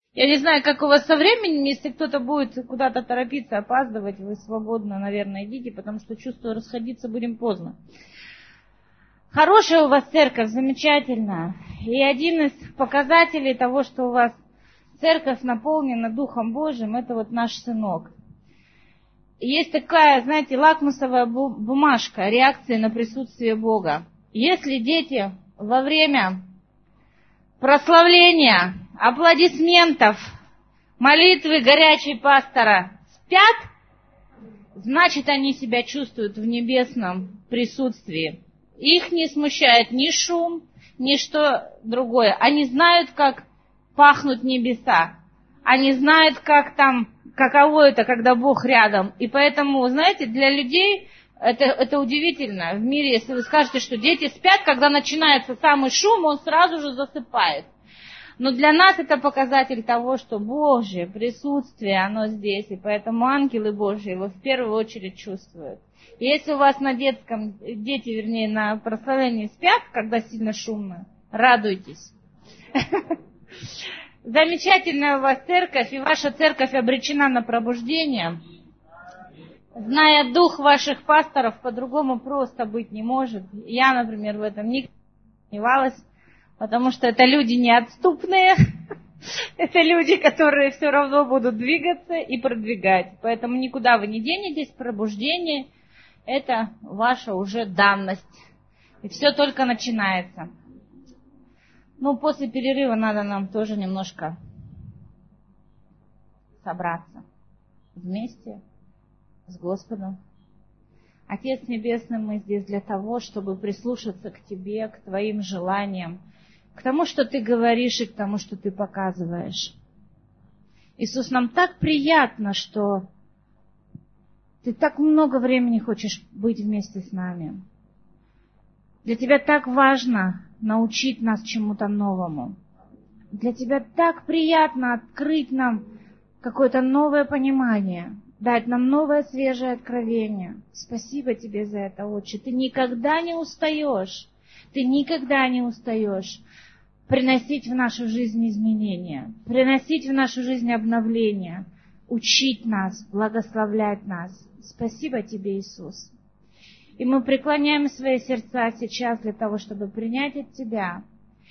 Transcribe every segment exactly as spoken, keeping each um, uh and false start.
Я не знаю, как у вас со временем, если кто-то будет куда-то торопиться, опаздывать, вы свободно, наверное, идите, потому что, чувствую, расходиться будем поздно. Хорошая у вас церковь, замечательная. И один из показателей того, что у вас церковь наполнена Духом Божьим, это вот наш сынок. Есть такая, знаете, лакмусовая бумажка реакции на присутствие Бога. Если дети во время прославления, аплодисментов, молитвы горячей пастора спят, значит, они себя чувствуют в небесном присутствии. Их не смущает ни шум, ни что другое. Они знают, как пахнут небеса. Они знают, как там, каково это, когда Бог рядом. И поэтому, знаете, для людей это, это удивительно. В мире, если вы скажете, что дети спят, когда начинается самый шум, он сразу же засыпает. Но для нас это показатель того, что Божье присутствие, оно здесь. И поэтому ангелы Божьи его в первую очередь чувствуют. И если у вас на детском, дети, вернее, на прославлении спят, когда сильно шумно, радуйтесь. Замечательная у вас церковь, и ваша церковь обречена на пробуждение. Зная дух ваших пасторов, по-другому просто быть не может. Я, например, в этом никогда не сомневалась, потому что это люди неотступные, это люди, которые все равно будут двигаться и продвигать. Поэтому никуда вы не денетесь, пробуждение – это ваша уже данность. И все только начинается. Ну, после перерыва надо нам тоже немножко собраться вместе с Господом. Отец Небесный, мы здесь для того, чтобы прислушаться к Тебе, к Твоим желаниям, к тому, что Ты говоришь и к тому, что Ты показываешь. Иисус, нам так приятно, что Ты так много времени хочешь быть вместе с нами. Для Тебя так важно научить нас чему-то новому. Для Тебя так приятно открыть нам какое-то новое понимание, дать нам новое свежее откровение. Спасибо Тебе за это, Отче. Ты никогда не устаешь, Ты никогда не устаешь приносить в нашу жизнь изменения, приносить в нашу жизнь обновления, учить нас, благословлять нас. Спасибо Тебе, Иисус. И мы преклоняем свои сердца сейчас для того, чтобы принять от Тебя.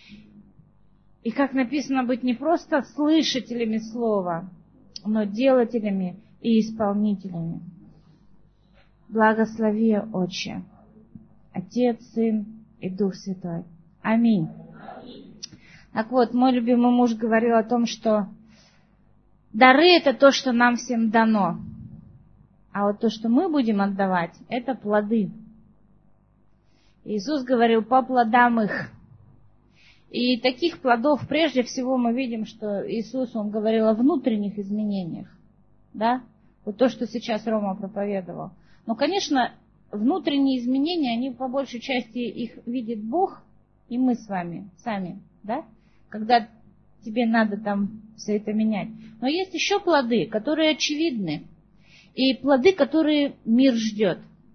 И, как написано, быть не просто слышателями слова, но делателями и исполнителями. Благослови, Отче, Отец, Сын и Дух Святой. Аминь. Так вот, мой любимый муж говорил о том, что дары – это то, что нам всем дано. А вот то, что мы будем отдавать, это плоды. Иисус говорил, по плодам их. И таких плодов, прежде всего, мы видим, что Иисус, Он говорил о внутренних изменениях. Да? Вот то, что сейчас Рома проповедовал. Но, конечно, внутренние изменения, они по большей части их видит Бог и мы с вами, сами. Да? Когда тебе надо там все это менять. Но есть еще плоды, которые очевидны. И плоды, которые мир ждет.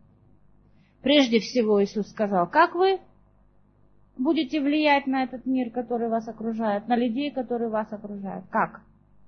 Прежде всего Иисус сказал, как вы будете влиять на этот мир, который вас окружает, на людей, которые вас окружают? Как?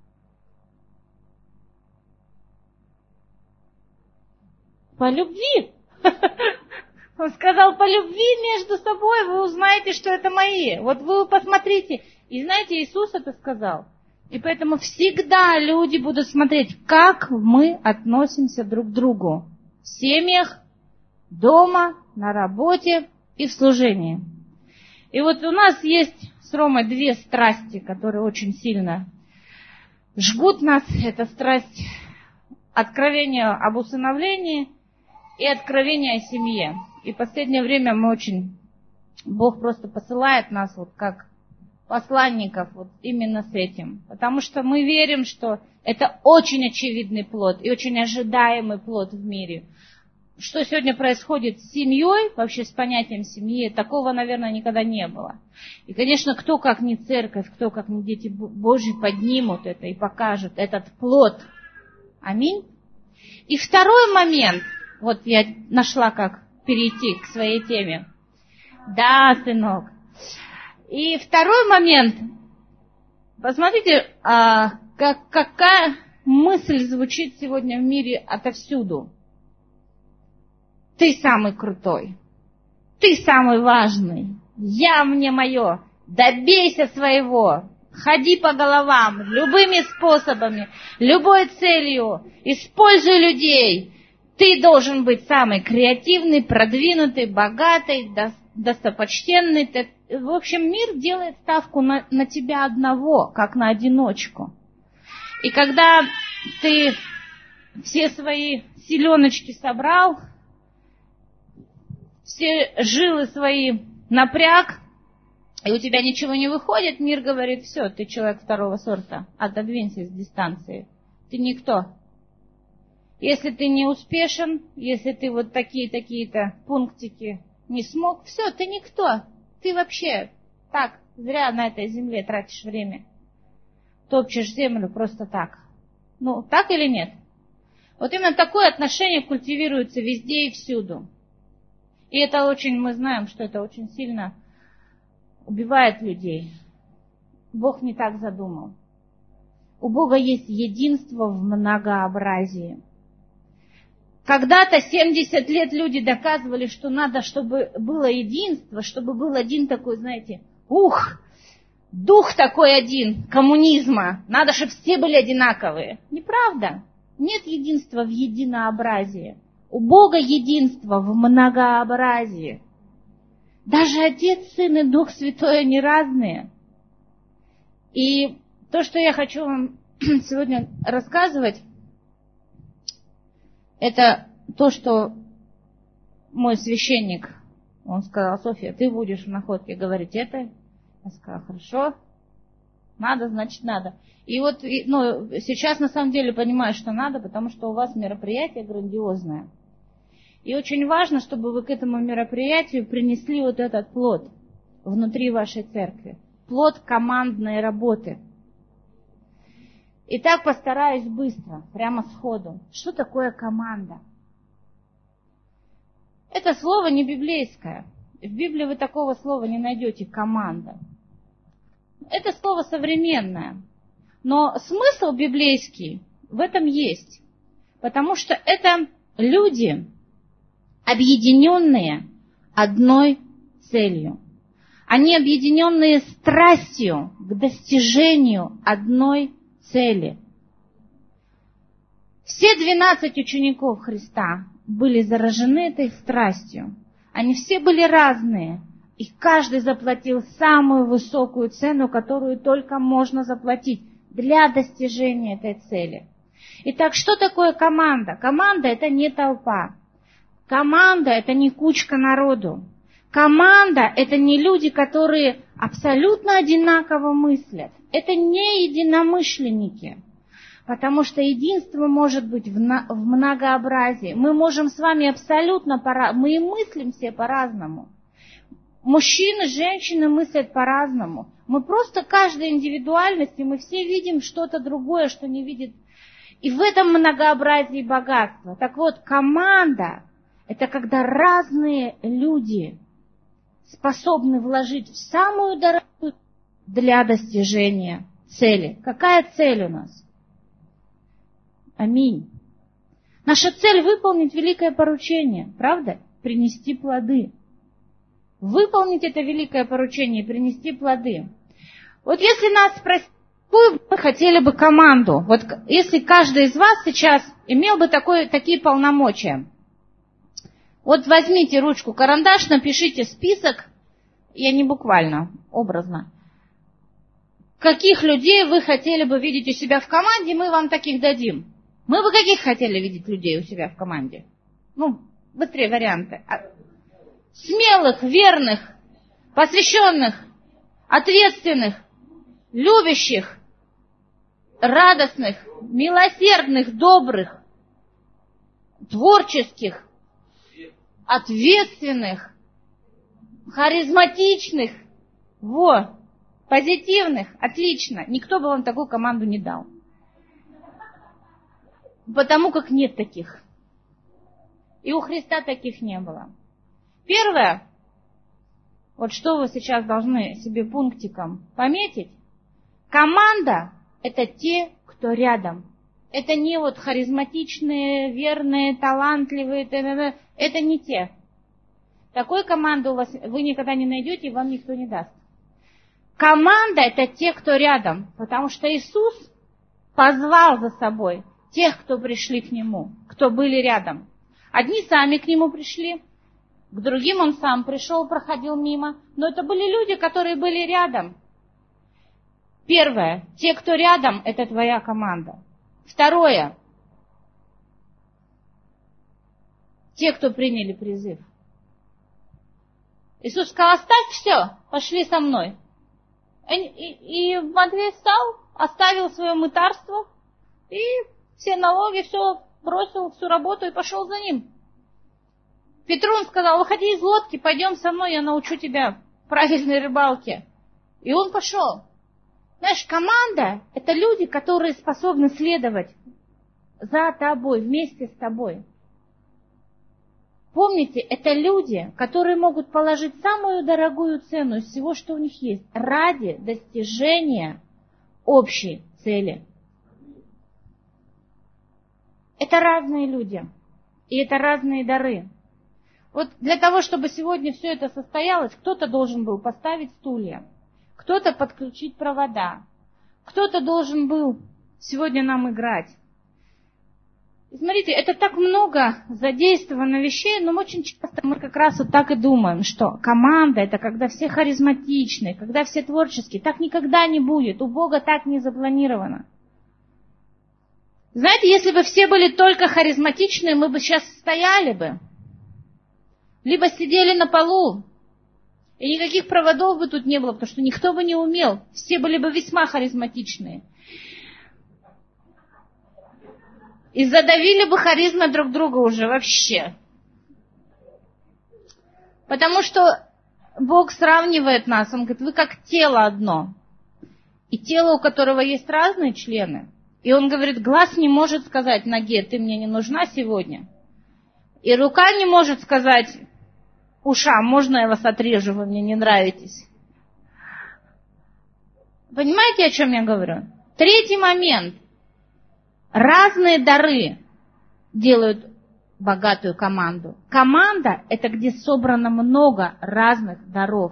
По любви. Он сказал, по любви между собой вы узнаете, что это мои. Вот вы посмотрите. И знаете, Иисус это сказал. И поэтому всегда люди будут смотреть, как мы относимся друг к другу. В семьях, дома, на работе и в служении. И вот у нас есть с Ромой две страсти, которые очень сильно жгут нас. Это страсть откровения об усыновлении и откровения о семье. И в последнее время мы очень... Бог просто посылает нас вот как посланников вот именно с этим. Потому что мы верим, что это очень очевидный плод и очень ожидаемый плод в мире. Что сегодня происходит с семьей, вообще с понятием семьи, такого, наверное, никогда не было. И, конечно, кто как не церковь, кто как не дети Божьи поднимут это и покажут этот плод. Аминь. И второй момент, вот я нашла, как перейти к своей теме. Да, сынок. И второй момент, Посмотрите, а, как, какая мысль звучит сегодня в мире отовсюду. Ты самый крутой. Ты самый важный. Я мне мое. Добейся своего. Ходи по головам любыми способами, любой целью. Используй людей. Ты должен быть самый креативный, продвинутый, богатый, достопочтенный. В общем, мир делает ставку на, на тебя одного, как на одиночку. И когда ты все свои селеночки собрал, все жилы свои напряг, и у тебя ничего не выходит, мир говорит: все, ты человек второго сорта, отодвинься с дистанции, ты никто. Если ты не успешен, если ты вот такие-такие-то пунктики не смог, все, ты никто. Ты вообще так зря на этой земле тратишь время. Топчешь землю просто так. Ну, так или нет? Вот именно такое отношение культивируется везде и всюду. И это очень, мы знаем, что это очень сильно убивает людей. Бог не так задумал. У Бога есть единство в многообразии. Когда-то семьдесят лет люди доказывали, что надо, чтобы было единство, чтобы был один такой, знаете, ух, дух такой один, коммунизма. Надо, чтобы все были одинаковые. Неправда. Нет единства в единообразии. У Бога единство в многообразии. Даже Отец, Сын и Дух Святой, они разные. И то, что я хочу вам сегодня рассказывать, это то, что мой священник, он сказал: Софья, ты будешь в находке говорить это. Я сказала: хорошо, надо, значит надо. И вот ну, сейчас на самом деле понимаю, что надо, потому что у вас мероприятие грандиозное. И очень важно, чтобы вы к этому мероприятию принесли вот этот плод внутри вашей церкви. Плод командной работы. Итак, постараюсь быстро, прямо сходу. Что такое команда? Это слово не библейское. В Библии вы такого слова не найдете, команда. Это слово современное. Но смысл библейский в этом есть. Потому что это люди, объединенные одной целью. Они объединенные страстью к достижению одной цели. Все двенадцать учеников Христа были заражены этой страстью. Они все были разные. И каждый заплатил самую высокую цену, которую только можно заплатить для достижения этой цели. Итак, что такое команда? Команда – это не толпа. Команда – это не кучка народу. Команда – это не люди, которые абсолютно одинаково мыслят. Это не единомышленники. Потому что единство может быть в многообразии. Мы можем с вами абсолютно по-разному. Мы и мыслим все по-разному. Мужчины, женщины мыслят по-разному. Мы просто каждой индивидуальности, мы все видим что-то другое, что не видит. И в этом многообразии богатство. Так вот, команда – это когда разные люди способны вложить в самую дорогую для достижения цели. Какая цель у нас? Аминь. Наша цель – выполнить великое поручение, правда? Принести плоды. Выполнить это великое поручение и принести плоды. Вот если нас спросить, какую вы хотели бы команду, вот если каждый из вас сейчас имел бы такой, такие полномочия, вот возьмите ручку, карандаш, напишите список, я не буквально, образно, каких людей вы хотели бы видеть у себя в команде, мы вам таких дадим. Мы бы каких хотели видеть людей у себя в команде? Ну, быстрее варианты. Смелых, верных, посвященных, ответственных, любящих, радостных, милосердных, добрых, творческих, ответственных, харизматичных, во, позитивных, отлично. Никто бы вам такую команду не дал. Потому как нет таких. И у Христа таких не было. Первое, вот что вы сейчас должны себе пунктиком пометить, Команда – это те, кто рядом. Это не вот харизматичные, верные, талантливые, это не те. Такой команды у вас вы никогда не найдете, и вам никто не даст. Команда – это те, кто рядом, потому что Иисус позвал за собой тех, кто пришли к Нему, кто были рядом. Одни сами к Нему пришли, к другим Он сам пришел, проходил мимо, но это были люди, которые были рядом. Первое, те, кто рядом, это твоя команда. Второе, те, кто приняли призыв. Иисус сказал: оставь все, пошли со мной. И, и, и Матвей встал, оставил свое мытарство, и все налоги, все бросил, всю работу и пошел за ним. Петру он сказал: выходи из лодки, пойдем со мной, я научу тебя правильной рыбалке. И он пошел. Знаешь, команда – это люди, которые способны следовать за тобой, вместе с тобой. Помните, это люди, которые могут положить самую дорогую цену из всего, что у них есть, ради достижения общей цели. Это разные люди, и это разные дары. Вот для того, чтобы сегодня все это состоялось, кто-то должен был поставить стулья, кто-то подключить провода, кто-то должен был сегодня нам играть. И смотрите, это так много задействовано вещей, но очень часто мы как раз вот так и думаем, что команда – это когда все харизматичные, когда все творческие. Так никогда не будет, у Бога так не запланировано. Знаете, если бы все были только харизматичные, мы бы сейчас стояли бы, либо сидели на полу, и никаких проводов бы тут не было, потому что никто бы не умел, все были бы весьма харизматичные. И задавили бы харизмой друг друга уже вообще. Потому что Бог сравнивает нас, Он говорит: вы как тело одно. И тело, у которого есть разные члены. И Он говорит: глаз не может сказать ноге: ты мне не нужна сегодня. И рука не может сказать ушам: можно я вас отрежу, вы мне не нравитесь. Понимаете, о чем я говорю? Третий момент. Разные дары делают богатую команду. Команда – это где собрано много разных даров.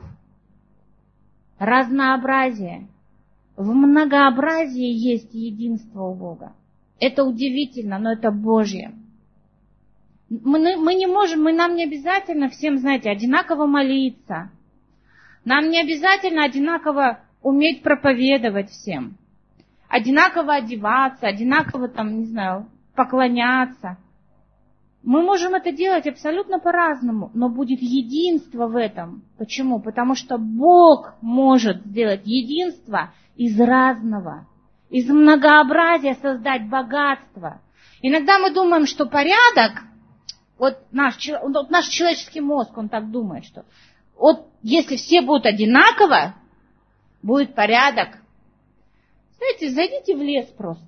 Разнообразие. В многообразии есть единство у Бога. Это удивительно, но это Божье. Мы, мы не можем, мы, нам не обязательно всем, знаете, одинаково молиться. Нам не обязательно одинаково уметь проповедовать всем. Одинаково одеваться, одинаково, там, не знаю, поклоняться. Мы можем это делать абсолютно по-разному, но будет единство в этом. Почему? Потому что Бог может сделать единство из разного, из многообразия создать богатство. Иногда мы думаем, что порядок, вот наш, вот наш человеческий мозг, он так думает, что вот если все будут одинаково, будет порядок. Знаете, зайдите в лес просто.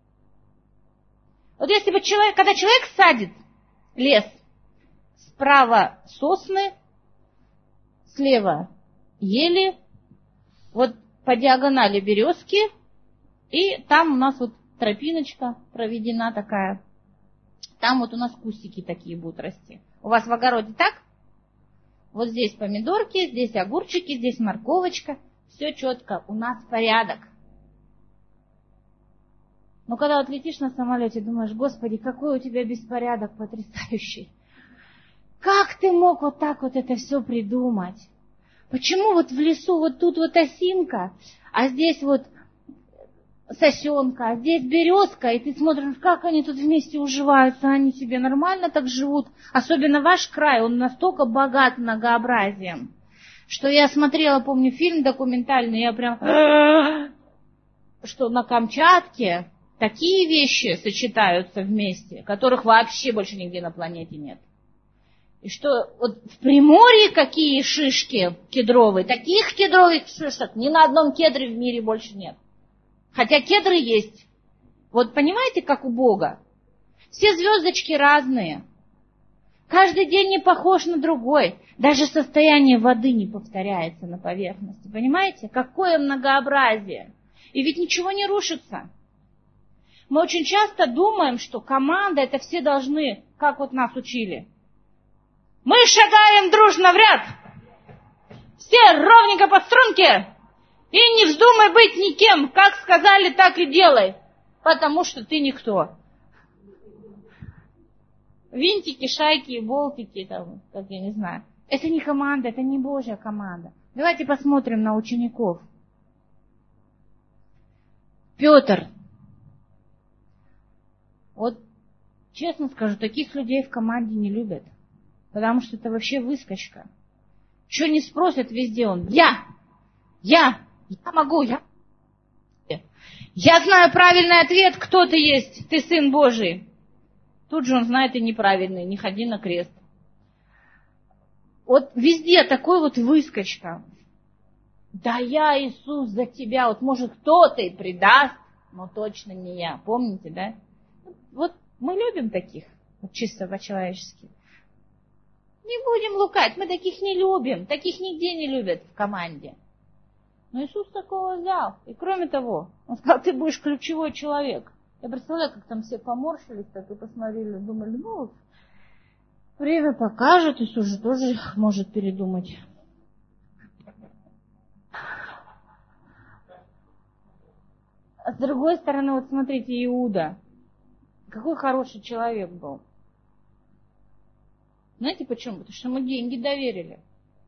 Вот если бы человек, когда человек садит лес, справа сосны, слева ели, вот по диагонали березки, и там у нас вот тропиночка проведена такая. Там вот у нас кустики такие будут расти. У вас в огороде так? Вот здесь помидорки, здесь огурчики, здесь морковочка. Все четко, у нас порядок. Но когда вот летишь на самолете, думаешь: Господи, какой у тебя беспорядок потрясающий. Как ты мог вот так вот это все придумать? Почему вот в лесу вот тут вот осинка, а здесь вот сосенка, а здесь березка, и ты смотришь, как они тут вместе уживаются, они себе нормально так живут. Особенно ваш край, он настолько богат многообразием, что я смотрела, помню, фильм документальный, я прям, что на Камчатке такие вещи сочетаются вместе, которых вообще больше нигде на планете нет. И что вот в Приморье какие шишки кедровые, таких кедровых шишек ни на одном кедре в мире больше нет. Хотя кедры есть. Вот понимаете, как у Бога? Все звездочки разные. Каждый день не похож на другой. Даже состояние воды не повторяется на поверхности. Понимаете? Какое многообразие. И ведь ничего не рушится. Мы очень часто думаем, что команда, это все должны, как вот нас учили. Мы шагаем дружно в ряд. Все ровненько по струнке. И не вздумай быть никем. Как сказали, так и делай. Потому что ты никто. Винтики, шайки, болтики, там, как я не знаю. Это не команда, это не Божья команда. Давайте посмотрим на учеников. Петр. Вот, честно скажу, таких людей в команде не любят. Потому что это вообще выскочка. Что не спросят, везде он. Я! Я! Я могу! Я! Я знаю правильный ответ, кто ты есть, ты Сын Божий. Тут же он знает и неправильный, не ходи на крест. Вот везде такой вот выскочка. Да я, Иисус, за тебя. Вот может кто-то и предаст, но точно не я. Помните, да? Вот мы любим таких, вот чисто по-человечески. Не будем лукать, мы таких не любим, таких нигде не любят в команде. Но Иисус такого взял. И кроме того, он сказал, ты будешь ключевой человек. Я представляю, как там все поморщились, так и посмотрели, думали, ну, время покажет, Иисус же тоже может передумать. А с другой стороны, вот смотрите, Иуда. Какой хороший человек был. Знаете почему? Потому что мы деньги доверили.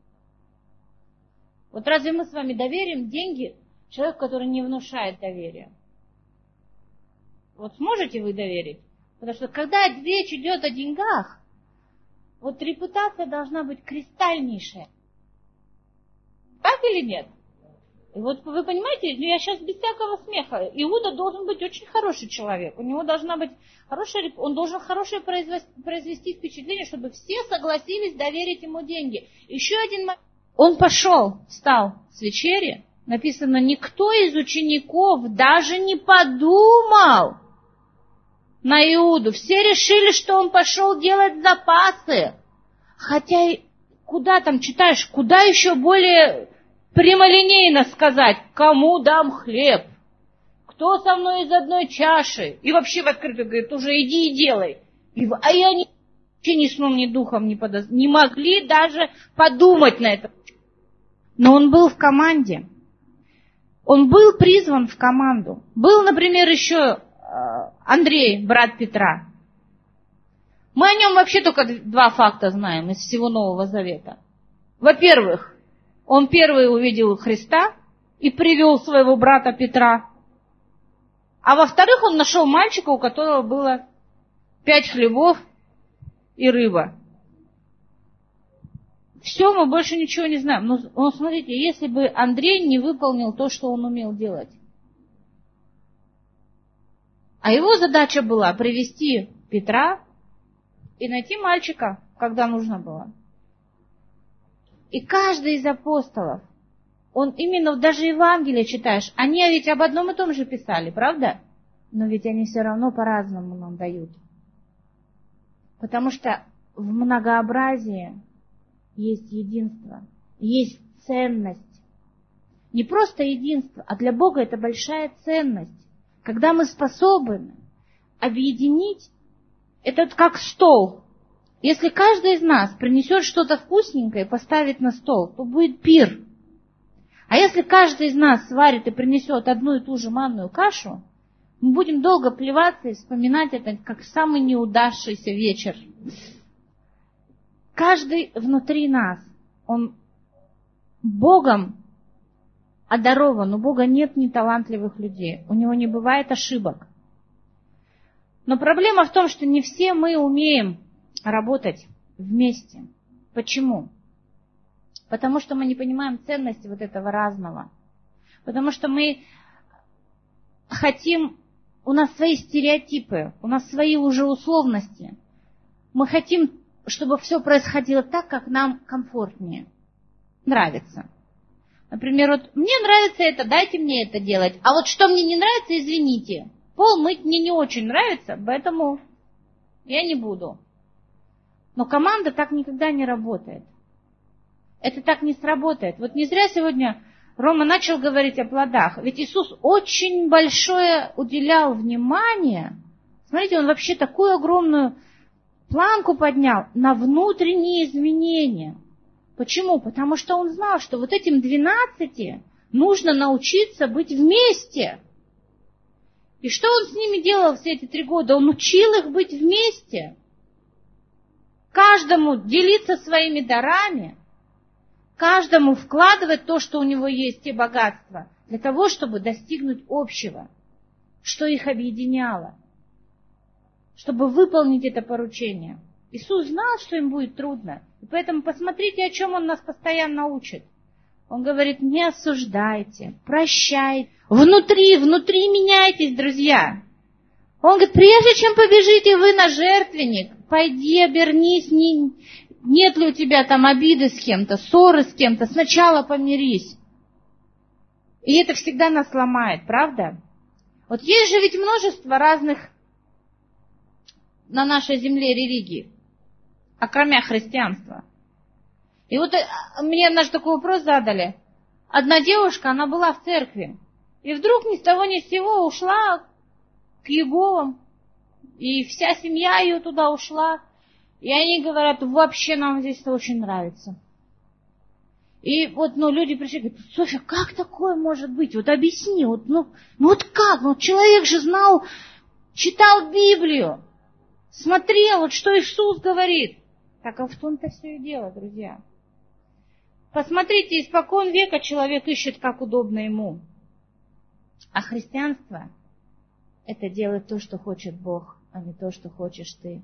Вот разве мы с вами доверим деньги человеку, который не внушает доверия? Вот сможете вы доверить? Потому что когда речь идет о деньгах, вот репутация должна быть кристальнейшая. Так или нет? И вот вы понимаете, я сейчас без всякого смеха. Иуда должен быть очень хороший человек. У него должна быть хорошая, он должен хорошее произвести, произвести впечатление, чтобы все согласились доверить ему деньги. Еще один момент. Он пошел, встал с вечери. Написано, никто из учеников даже не подумал на Иуду. Все решили, что он пошел делать запасы. Хотя, куда там читаешь, куда еще более прямолинейно сказать, кому дам хлеб, кто со мной из одной чаши. И вообще в открытую говорит, уже иди и делай. И, а я ни, ни сном, ни духом не, подоз... не могли даже подумать на это. Но он был в команде. Он был призван в команду. Был, например, еще Андрей, брат Петра. Мы о нем вообще только два факта знаем из всего Нового Завета. Во-первых, он первый увидел Христа и привел своего брата Петра. А во-вторых, он нашел мальчика, у которого было пять хлебов и рыба. Все, мы больше ничего не знаем. Но, но смотрите, если бы Андрей не выполнил то, что он умел делать. А его задача была привести Петра и найти мальчика, когда нужно было. И каждый из апостолов, он именно, даже Евангелие читаешь, они ведь об одном и том же писали, правда? Но ведь они все равно по-разному нам дают. Потому что в многообразии есть единство, есть ценность. Не просто единство, а для Бога это большая ценность. Когда мы способны объединить, это как стол. Если каждый из нас принесет что-то вкусненькое и поставит на стол, то будет пир. А если каждый из нас сварит и принесет одну и ту же манную кашу, мы будем долго плеваться и вспоминать это как самый неудавшийся вечер. Каждый внутри нас, он Богом одарован. У Бога нет неталантливых людей. У Него не бывает ошибок. Но проблема в том, что не все мы умеем работать вместе. Почему? Потому что мы не понимаем ценности вот этого разного. Потому что мы хотим, у нас свои стереотипы, у нас свои уже условности. Мы хотим, чтобы все происходило так, как нам комфортнее, нравится. Например, вот мне нравится это, дайте мне это делать. А вот что мне не нравится, извините. Пол мыть мне не очень нравится, поэтому я не буду. Но команда так никогда не работает. Это так не сработает. Вот не зря сегодня Рома начал говорить о плодах. Ведь Иисус очень большое уделял внимание. Смотрите, он вообще такую огромную планку поднял на внутренние изменения. Почему? Потому что он знал, что вот этим двенадцати нужно научиться быть вместе. И что он с ними делал все эти три года? Он учил их быть вместе. Каждому делиться своими дарами. Каждому вкладывать то, что у него есть, те богатства, для того, чтобы достигнуть общего, что их объединяло, чтобы выполнить это поручение. Иисус знал, что им будет трудно, и поэтому посмотрите, о чем Он нас постоянно учит. Он говорит, не осуждайте, прощайте. Внутри, внутри меняйтесь, друзья. Он говорит, прежде чем побежите вы на жертвенник, пойди, обернись, не... Нет ли у тебя там обиды с кем-то, ссоры с кем-то? Сначала помирись. И это всегда нас ломает, правда? Вот есть же ведь множество разных на нашей земле религий, окромя христианства. И вот мне однажды такой вопрос задали. Одна девушка, она была в церкви, и вдруг ни с того ни с сего ушла к Иеговам, и вся семья ее туда ушла. И они говорят, вообще нам здесь это очень нравится. И вот, ну, люди пришли, говорят, Софья, как такое может быть? Вот объясни, вот, ну, ну вот как? Ну, человек же знал, читал Библию, смотрел, вот что Иисус говорит. Так, а в том-то все и дело, друзья. Посмотрите, испокон века человек ищет, как удобно ему. А христианство – это делать то, что хочет Бог, а не то, что хочешь ты.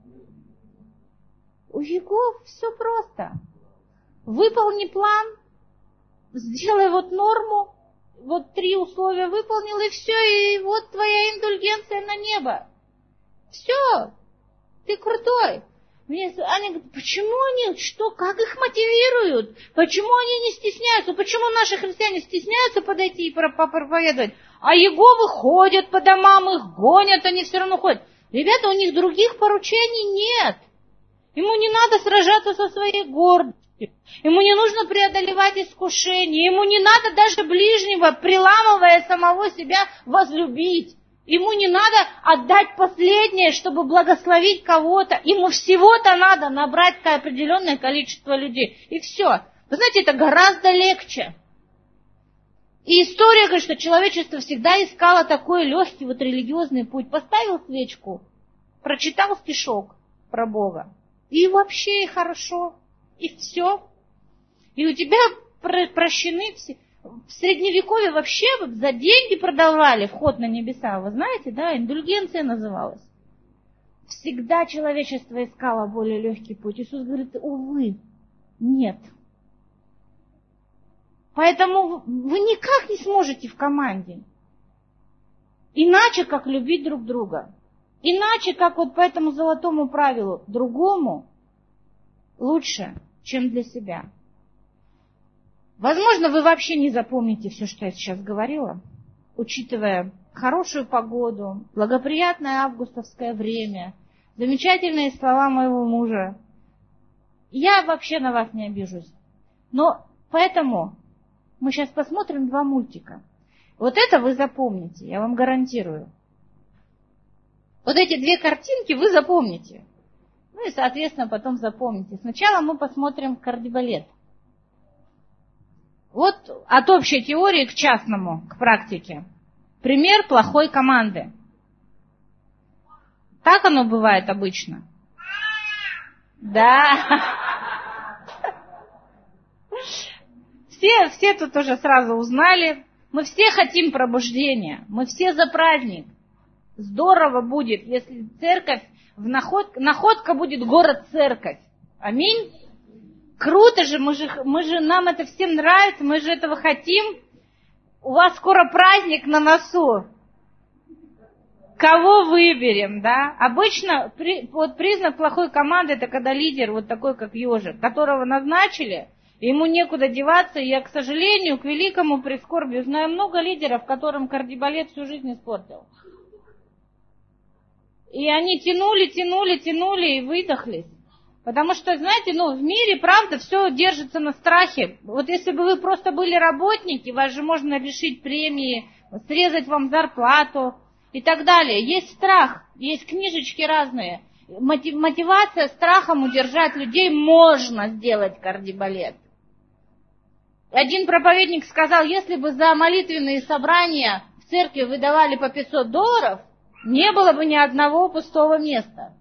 У Иегов все просто. Выполни план, сделай вот норму, вот три условия выполнил, и все, и вот твоя индульгенция на небо. Все, ты крутой. Мне, они говорят, почему они, что, как их мотивируют? Почему они не стесняются? Почему наши христиане стесняются подойти и проповедовать? А Иеговы ходят по домам, их гонят, они все равно ходят. Ребята, у них других поручений нет. Ему не надо сражаться со своей гордостью. Ему не нужно преодолевать искушения. Ему не надо даже ближнего, приламывая самого себя, возлюбить. Ему не надо отдать последнее, чтобы благословить кого-то. Ему всего-то надо набрать определенное количество людей. И все. Вы знаете, это гораздо легче. И история говорит, что человечество всегда искало такой легкий вот религиозный путь. Поставил свечку, прочитал стишок про Бога. И вообще и хорошо, и все. И у тебя прощены все. В Средневековье вообще за деньги продавали вход на небеса. Вы знаете, да, индульгенция называлась. Всегда человечество искало более легкий путь. Иисус говорит, увы, нет. Поэтому вы никак не сможете в команде. Иначе, как любить друг друга. Иначе, как вот по этому золотому правилу, другому лучше, чем для себя. Возможно, вы вообще не запомните все, что я сейчас говорила, учитывая хорошую погоду, благоприятное августовское время, замечательные слова моего мужа. Я вообще на вас не обижусь. Но поэтому мы сейчас посмотрим два мультика. Вот это вы запомните, я вам гарантирую. Вот эти две картинки вы запомните. Ну и, соответственно, потом запомните. Сначала мы посмотрим кардибалет. Вот от общей теории к частному, к практике. Пример плохой команды. Так оно бывает обычно. Да. Все, все тут уже сразу узнали. Мы все хотим пробуждения. Мы все за праздник. Здорово будет, если церковь, в находка, находка будет город-церковь. Аминь. Круто же, мы же, мы же, нам это всем нравится, мы же этого хотим. У вас скоро праздник на носу. Кого выберем, да? Обычно при, вот признак плохой команды, это когда лидер вот такой, как Ежик, которого назначили, ему некуда деваться. И я, к сожалению, к великому прискорбию знаю много лидеров, которым кардибалет всю жизнь испортил. И они тянули, тянули, тянули и выдохлись. Потому что, знаете, ну, в мире, правда, все держится на страхе. Вот если бы вы просто были работники, вас же можно лишить премии, срезать вам зарплату и так далее. Есть страх, есть книжечки разные. Мотивация страхом удержать людей можно сделать кардибалет. Один проповедник сказал, если бы за молитвенные собрания в церкви выдавали по пятьсот долларов, не было бы ни одного пустого места.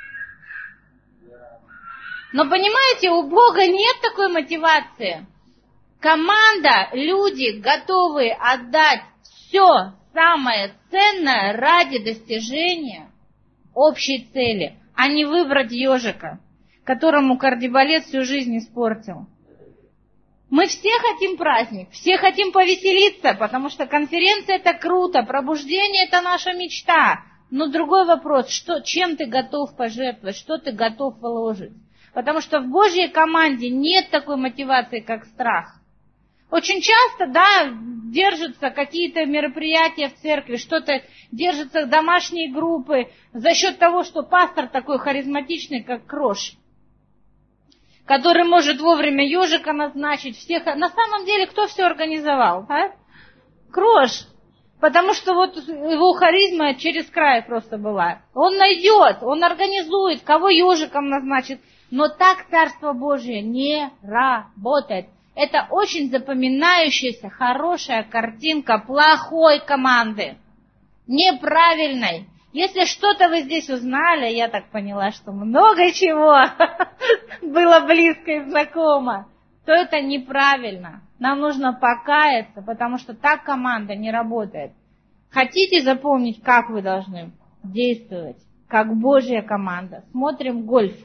Но понимаете, у Бога нет такой мотивации. Команда, люди готовы отдать все самое ценное ради достижения общей цели, а не выбрать ежика, которому кардибалет всю жизнь испортил. Мы все хотим праздник, все хотим повеселиться, потому что конференция это круто, пробуждение это наша мечта. Но другой вопрос, что, чем ты готов пожертвовать, что ты готов положить. Потому что в Божьей команде нет такой мотивации, как страх. Очень часто, да, держатся какие-то мероприятия в церкви, что-то держатся домашние группы за счет того, что пастор такой харизматичный, как Крош, который может вовремя ежика назначить всех. На самом деле, кто все организовал? А? Крош. Потому что вот его харизма через край просто была. Он найдет, он организует, кого ежиком назначит. Но так Царство Божие не работает. Это очень запоминающаяся, хорошая картинка плохой команды. Неправильной. Если что-то вы здесь узнали, я так поняла, что много чего было близко и знакомо, то это неправильно. Нам нужно покаяться, потому что так команда не работает. Хотите запомнить, как вы должны действовать, как Божья команда? Смотрим гольф.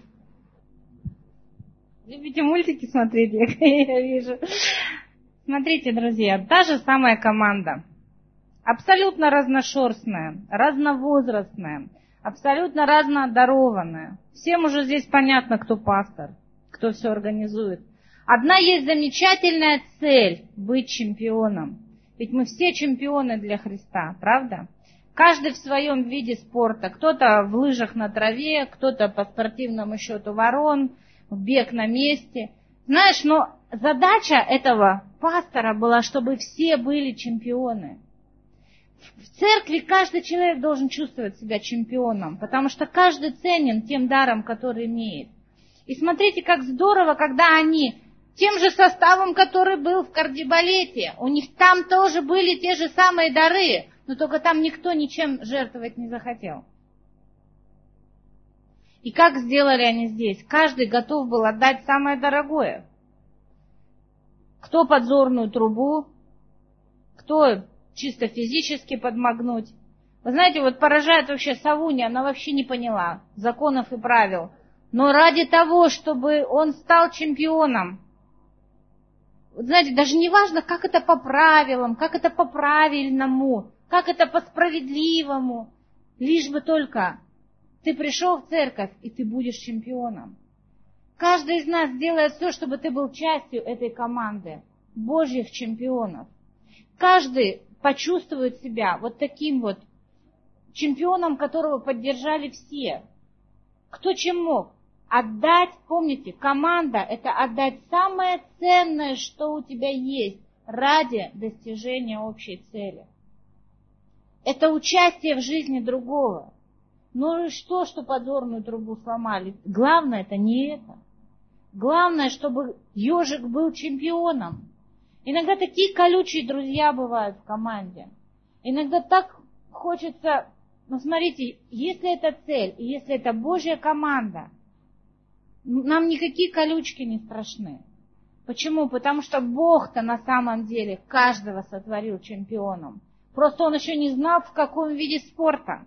Любите мультики смотреть, я вижу. Смотрите, друзья, та же самая команда. Абсолютно разношерстная, разновозрастная, абсолютно разноодарованная. Всем уже здесь понятно, кто пастор, кто все организует. Одна есть замечательная цель – быть чемпионом. Ведь мы все чемпионы для Христа, правда? Каждый в своем виде спорта. Кто-то в лыжах на траве, кто-то по спортивному счету ворон, бег на месте. Знаешь, но задача этого пастора была, чтобы все были чемпионы. В церкви каждый человек должен чувствовать себя чемпионом, потому что каждый ценен тем даром, который имеет. И смотрите, как здорово, когда они тем же составом, который был в кардибалете, у них там тоже были те же самые дары, но только там никто ничем жертвовать не захотел. И как сделали они здесь? Каждый готов был отдать самое дорогое. Кто подзорную трубу, кто чисто физически подмогнуть. Вы знаете, вот поражает вообще Савуня, она вообще не поняла законов и правил. Но ради того, чтобы он стал чемпионом, вот знаете, даже не важно, как это по правилам, как это по правильному, как это по справедливому, лишь бы только ты пришел в церковь, и ты будешь чемпионом. Каждый из нас делает все, чтобы ты был частью этой команды, Божьих чемпионов. Каждый почувствует себя вот таким вот чемпионом, которого поддержали все. Кто чем мог. Отдать, помните, команда – это отдать самое ценное, что у тебя есть, ради достижения общей цели. Это участие в жизни другого. Ну и что, что подзорную трубу сломали? Главное это не это. Главное, чтобы ежик был чемпионом. Иногда такие колючие друзья бывают в команде. Иногда так хочется, ну смотрите, если это цель, и если это Божья команда, нам никакие колючки не страшны. Почему? Потому что Бог-то на самом деле каждого сотворил чемпионом. Просто он еще не знал, в каком виде спорта.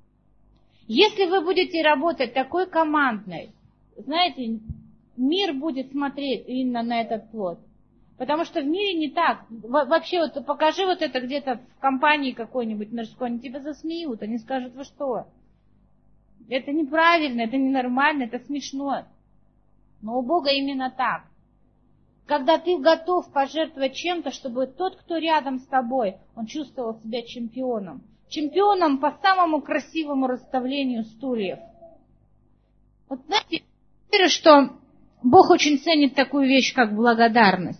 Если вы будете работать такой командной, знаете, мир будет смотреть именно на этот плод. Потому что в мире не так. Во- вообще, вот покажи вот это где-то в компании какой-нибудь мирской, они тебя засмеют, они скажут, вы что? Это неправильно, это ненормально, это смешно. Но у Бога именно так. Когда ты готов пожертвовать чем-то, чтобы тот, кто рядом с тобой, он чувствовал себя чемпионом. Чемпионом по самому красивому расставлению стульев. Вот знаете, верю, что Бог очень ценит такую вещь, как благодарность.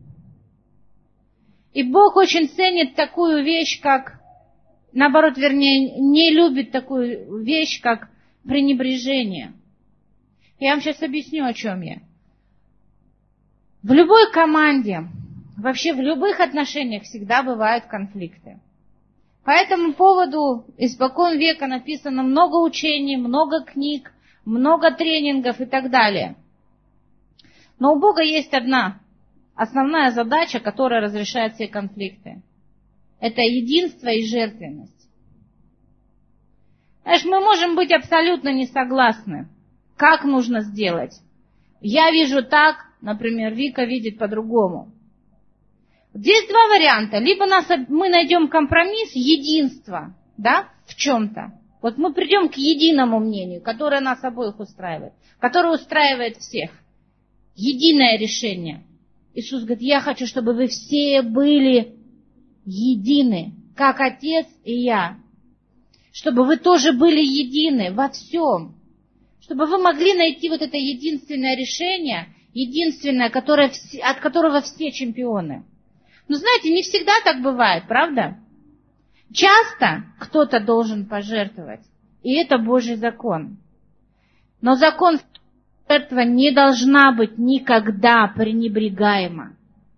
И Бог очень ценит такую вещь, как, наоборот, вернее, не любит такую вещь, как пренебрежение. Я вам сейчас объясню, о чем я. В любой команде, вообще в любых отношениях всегда бывают конфликты. По этому поводу испокон века написано много учений, много книг, много тренингов и так далее. Но у Бога есть одна основная задача, которая разрешает все конфликты. Это единство и жертвенность. Знаешь, мы можем быть абсолютно не согласны, как нужно сделать. Я вижу так, например, Вика видит по-другому. Здесь два варианта. Либо нас, мы найдем компромисс, единство, да, в чем-то. Вот мы придем к единому мнению, которое нас обоих устраивает, которое устраивает всех. Единое решение. Иисус говорит, я хочу, чтобы вы все были едины, как Отец и я. Чтобы вы тоже были едины во всем. Чтобы вы могли найти вот это единственное решение, единственное, которое, от которого все чемпионы. Но знаете, не всегда так бывает, правда? Часто кто-то должен пожертвовать, и это Божий закон. Но закон жертва не должна быть никогда пренебрегаема.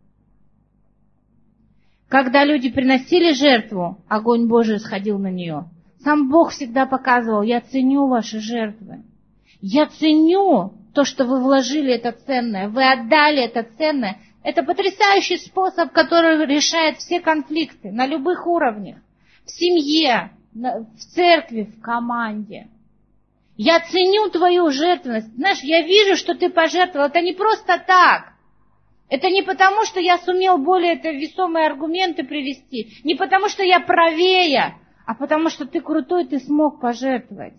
Когда люди приносили жертву, огонь Божий сходил на нее. Сам Бог всегда показывал, я ценю ваши жертвы. Я ценю то, что вы вложили это ценное, вы отдали это ценное. Это потрясающий способ, который решает все конфликты на любых уровнях. В семье, в церкви, в команде. Я ценю твою жертвенность. Знаешь, я вижу, что ты пожертвовал. Это не просто так. Это не потому, что я сумел более это весомые аргументы привести. Не потому, что я правее, а потому, что ты крутой, ты смог пожертвовать.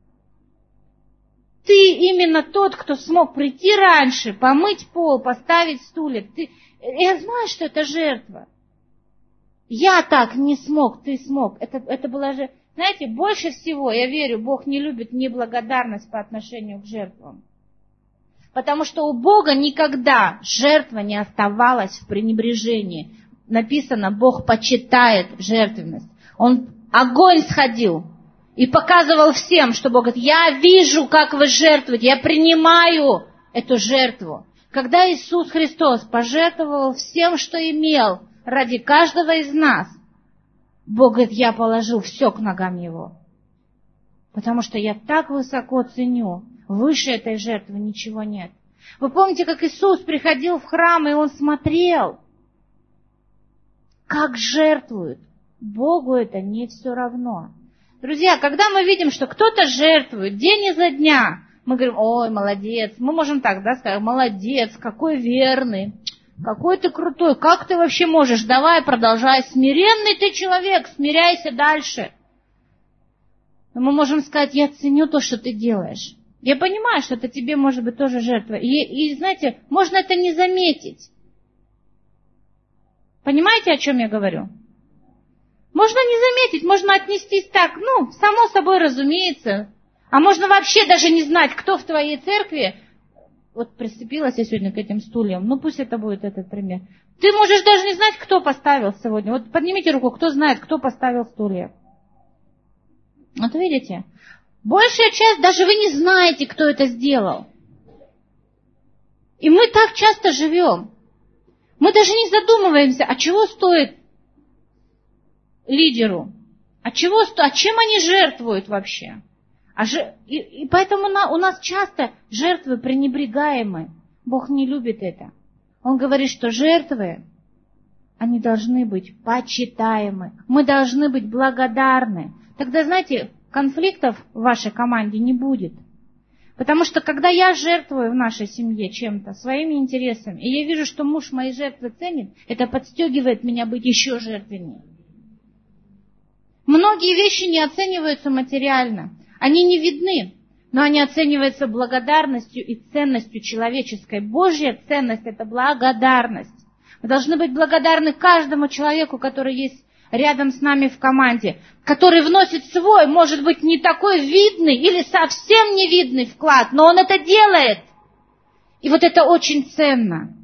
Ты именно тот, кто смог прийти раньше, помыть пол, поставить стулья. Ты... Я знаю, что это жертва. Я так не смог, ты смог. Это, это была же... Знаете, больше всего, я верю, Бог не любит неблагодарность по отношению к жертвам. Потому что у Бога никогда жертва не оставалась в пренебрежении. Написано, Бог почитает жертвенность. Он огонь сходил и показывал всем, что Бог говорит, я вижу, как вы жертвуете, я принимаю эту жертву. Когда Иисус Христос пожертвовал всем, что имел, ради каждого из нас, Бог говорит, я положил все к ногам Его. Потому что я так высоко ценю, выше этой жертвы ничего нет. Вы помните, как Иисус приходил в храм, и Он смотрел, как жертвуют. Богу это не все равно. Друзья, когда мы видим, что кто-то жертвует день изо дня, мы говорим, ой, молодец. Мы можем так, да, сказать, молодец, какой верный, какой ты крутой, как ты вообще можешь, давай, продолжай, смиренный ты человек, смиряйся дальше. Но мы можем сказать, я ценю то, что ты делаешь. Я понимаю, что это тебе может быть тоже жертва. И, и знаете, можно это не заметить. Понимаете, о чем я говорю? Можно не заметить, можно отнестись так, ну, само собой разумеется. А можно вообще даже не знать, кто в твоей церкви. Вот прицепилась я сегодня к этим стульям, ну пусть это будет этот пример. Ты можешь даже не знать, кто поставил сегодня. Вот поднимите руку, кто знает, кто поставил стулья. Вот видите, большая часть, даже вы не знаете, кто это сделал. И мы так часто живем. Мы даже не задумываемся, а чего стоит лидеру? А, чего, а чем они жертвуют вообще? А же, и, и поэтому на, у нас часто жертвы пренебрегаемы. Бог не любит это. Он говорит, что жертвы, они должны быть почитаемы. Мы должны быть благодарны. Тогда, знаете, конфликтов в вашей команде не будет. Потому что, когда я жертвую в нашей семье чем-то, своими интересами, и я вижу, что муж мои жертвы ценит, это подстегивает меня быть еще жертвеннее. Многие вещи не оцениваются материально. Они не видны, но они оцениваются благодарностью и ценностью человеческой. Божья ценность – это благодарность. Мы должны быть благодарны каждому человеку, который есть рядом с нами в команде, который вносит свой, может быть, не такой видный или совсем невидный вклад, но он это делает. И вот это очень ценно.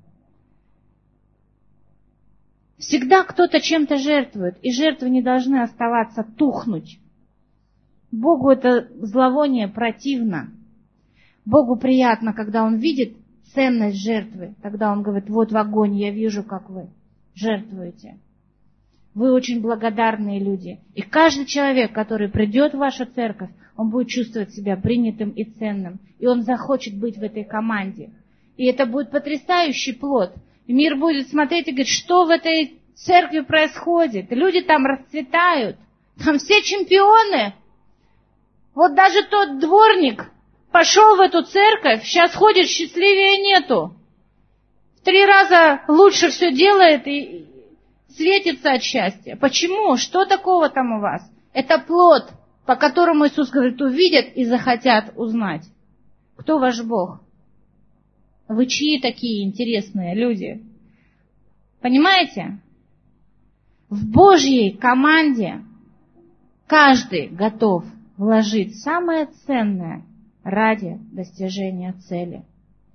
Всегда кто-то чем-то жертвует, и жертвы не должны оставаться тухнуть. Богу это зловоние противно. Богу приятно, когда Он видит ценность жертвы. Тогда Он говорит: вот в огонь, я вижу, как вы жертвуете. Вы очень благодарные люди. И каждый человек, который придет в вашу церковь, он будет чувствовать себя принятым и ценным. И он захочет быть в этой команде. И это будет потрясающий плод. И мир будет смотреть и говорить: что в этой церкви происходит? Люди там расцветают. Там все чемпионы. Вот даже тот дворник пошел в эту церковь, сейчас ходит, счастливее нету. В три раза лучше все делает и светится от счастья. Почему? Что такого там у вас? Это плод, по которому Иисус говорит: увидят и захотят узнать. Кто ваш Бог? Вы чьи такие интересные люди? Понимаете? В Божьей команде каждый готов вложить самое ценное ради достижения цели.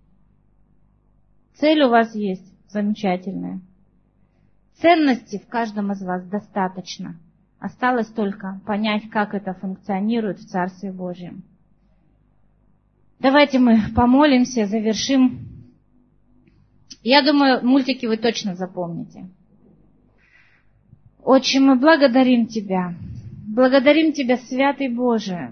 Цель у вас есть замечательная. Ценности в каждом из вас достаточно. Осталось только понять, как это функционирует в Царстве Божьем. Давайте мы помолимся, завершим. Я думаю, мультики вы точно запомните. Отче, мы благодарим Тебя. Благодарим Тебя, Святый Боже.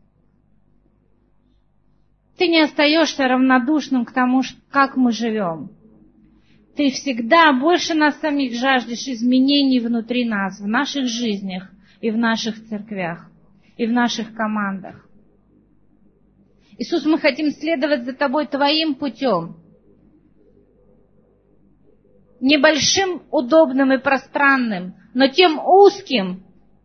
Ты не остаешься равнодушным к тому, как мы живем. Ты всегда больше нас самих жаждешь изменений внутри нас, в наших жизнях и в наших церквях, и в наших командах. Иисус, мы хотим следовать за Тобой Твоим путем. Небольшим, удобным и пространным, но тем узким,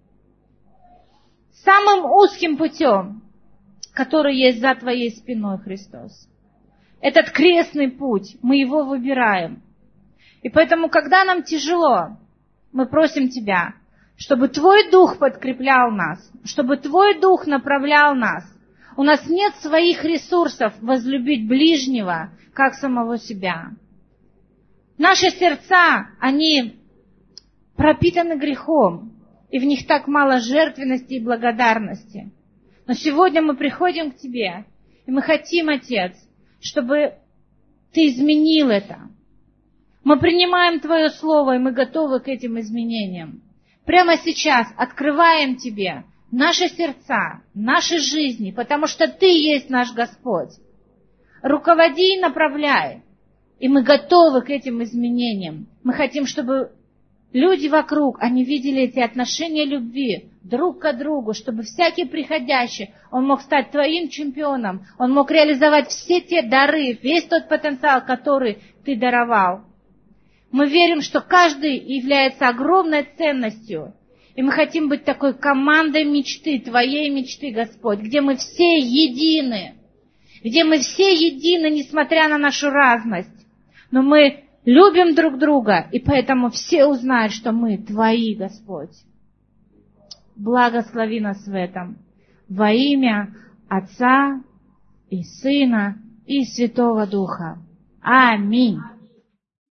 самым узким путем, который есть за Твоей спиной, Христос. Этот крестный путь, мы его выбираем. И поэтому, когда нам тяжело, мы просим Тебя, чтобы Твой Дух подкреплял нас, чтобы Твой Дух направлял нас. У нас нет своих ресурсов возлюбить ближнего, как самого себя. Наши сердца, они пропитаны грехом, и в них так мало жертвенности и благодарности. Но сегодня мы приходим к Тебе, и мы хотим, Отец, чтобы Ты изменил это. Мы принимаем Твое Слово, и мы готовы к этим изменениям. Прямо сейчас открываем Тебе наши сердца, наши жизни, потому что Ты есть наш Господь. Руководи и направляй. И мы готовы к этим изменениям. Мы хотим, чтобы люди вокруг, они видели эти отношения любви друг к другу, чтобы всякий приходящий, он мог стать Твоим чемпионом, он мог реализовать все те дары, весь тот потенциал, который Ты даровал. Мы верим, что каждый является огромной ценностью. И мы хотим быть такой командой мечты, Твоей мечты, Господь, где мы все едины. Где мы все едины, несмотря на нашу разность. Но мы любим друг друга, и поэтому все узнают, что мы Твои, Господь. Благослови нас в этом. Во имя Отца и Сына и Святого Духа. Аминь.